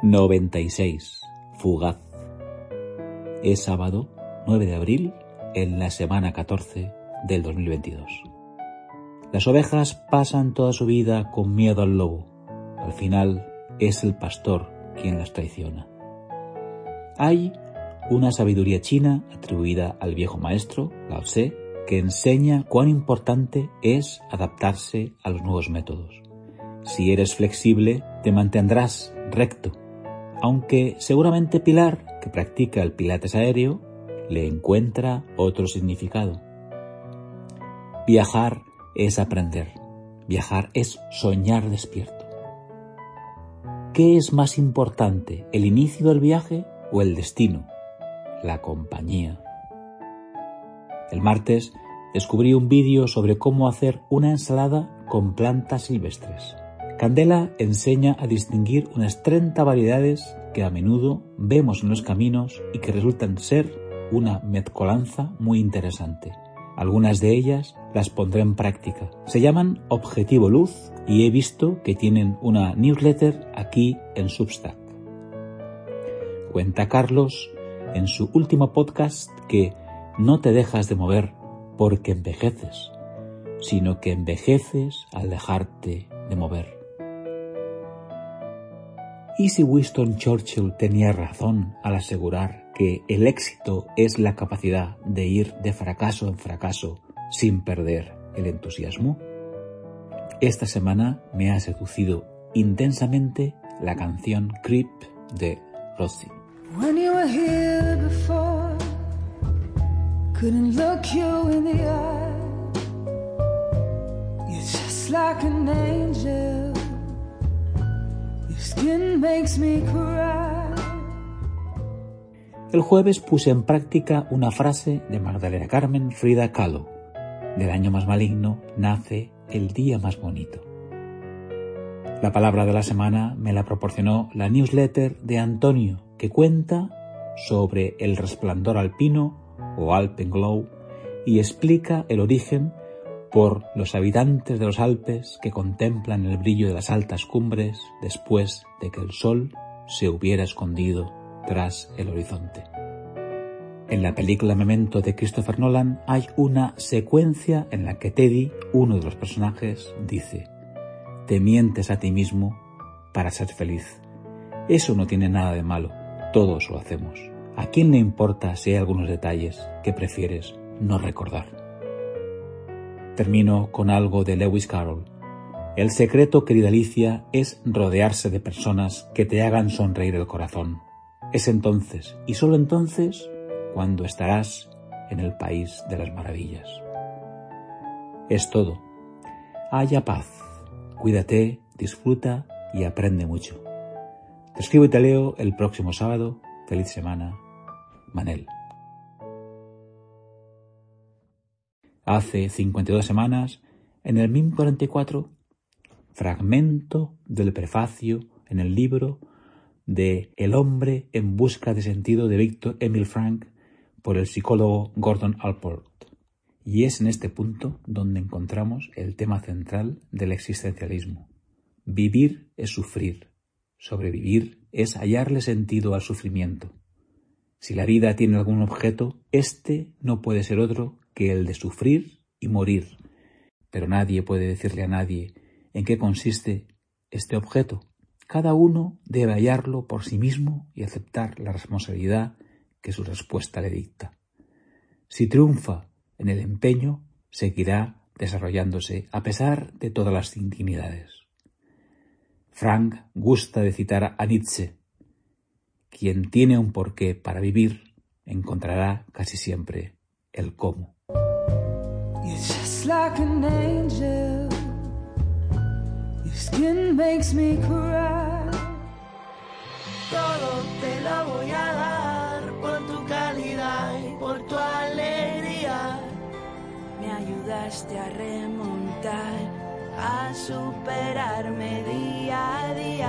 96. Fugaz. Es sábado 9 de abril en la semana 14 del 2022. Las ovejas pasan toda su vida con miedo al lobo. Al final es el pastor quien las traiciona. Hay una sabiduría china atribuida al viejo maestro, Lao Tse, que enseña cuán importante es adaptarse a los nuevos métodos. Si eres flexible, te mantendrás recto, aunque seguramente Pilar, que practica el pilates aéreo, le encuentra otro significado. Viajar es aprender. Viajar es soñar despierto. ¿Qué es más importante, el inicio del viaje o el destino? La compañía. El martes descubrí un vídeo sobre cómo hacer una ensalada con plantas silvestres. Candela enseña a distinguir unas 30 variedades que a menudo vemos en los caminos y que resultan ser una mezcolanza muy interesante. Algunas de ellas las pondré en práctica. Se llaman Objetivo Luz y he visto que tienen una newsletter aquí en Substack. Cuenta Carlos en su último podcast que no te dejas de mover porque envejeces, sino que envejeces al dejarte de mover. ¿Y si Winston Churchill tenía razón al asegurar que el éxito es la capacidad de ir de fracaso en fracaso sin perder el entusiasmo? Esta semana me ha seducido intensamente la canción Creep de Roxy. When you were here before, couldn't look you in the eye. You're just like an angel. Your skin makes me cry. El jueves puse en práctica una frase de Magdalena Carmen Frida Kahlo. Del año más maligno nace el día más bonito. La palabra de la semana me la proporcionó la newsletter de Antonio, que cuenta sobre el resplandor alpino o Alpenglow y explica el origen por los habitantes de los Alpes que contemplan el brillo de las altas cumbres después de que el sol se hubiera escondido tras el horizonte. En la película Memento de Christopher Nolan hay una secuencia en la que Teddy, uno de los personajes, dice: «Te mientes a ti mismo para ser feliz. Eso no tiene nada de malo, todos lo hacemos. ¿A quién le importa si hay algunos detalles que prefieres no recordar?» Termino con algo de Lewis Carroll. El secreto, querida Alicia, es rodearse de personas que te hagan sonreír el corazón. Es entonces, y solo entonces, cuando estarás en el país de las maravillas. Es todo. Haya paz. Cuídate, disfruta y aprende mucho. Te escribo y te leo el próximo sábado. Feliz semana. Manel. Hace 52 semanas, en el MIM 44, fragmento del prefacio en el libro de El hombre en busca de sentido de Viktor Emil Frankl por el psicólogo Gordon Allport. Y es en este punto donde encontramos el tema central del existencialismo. Vivir es sufrir. Sobrevivir es hallarle sentido al sufrimiento. Si la vida tiene algún objeto, este no puede ser otro que el de sufrir y morir. Pero nadie puede decirle a nadie en qué consiste este objeto. Cada uno debe hallarlo por sí mismo y aceptar la responsabilidad que su respuesta le dicta. Si triunfa en el empeño, seguirá desarrollándose a pesar de todas las indignidades. Frank gusta de citar a Nietzsche: quien tiene un porqué para vivir encontrará casi siempre el cómo. You're just like an angel. Your skin makes me cry. Todo te lo voy a dar por tu calidad y por tu alegría. Me ayudaste a remontar, a superarme día a día.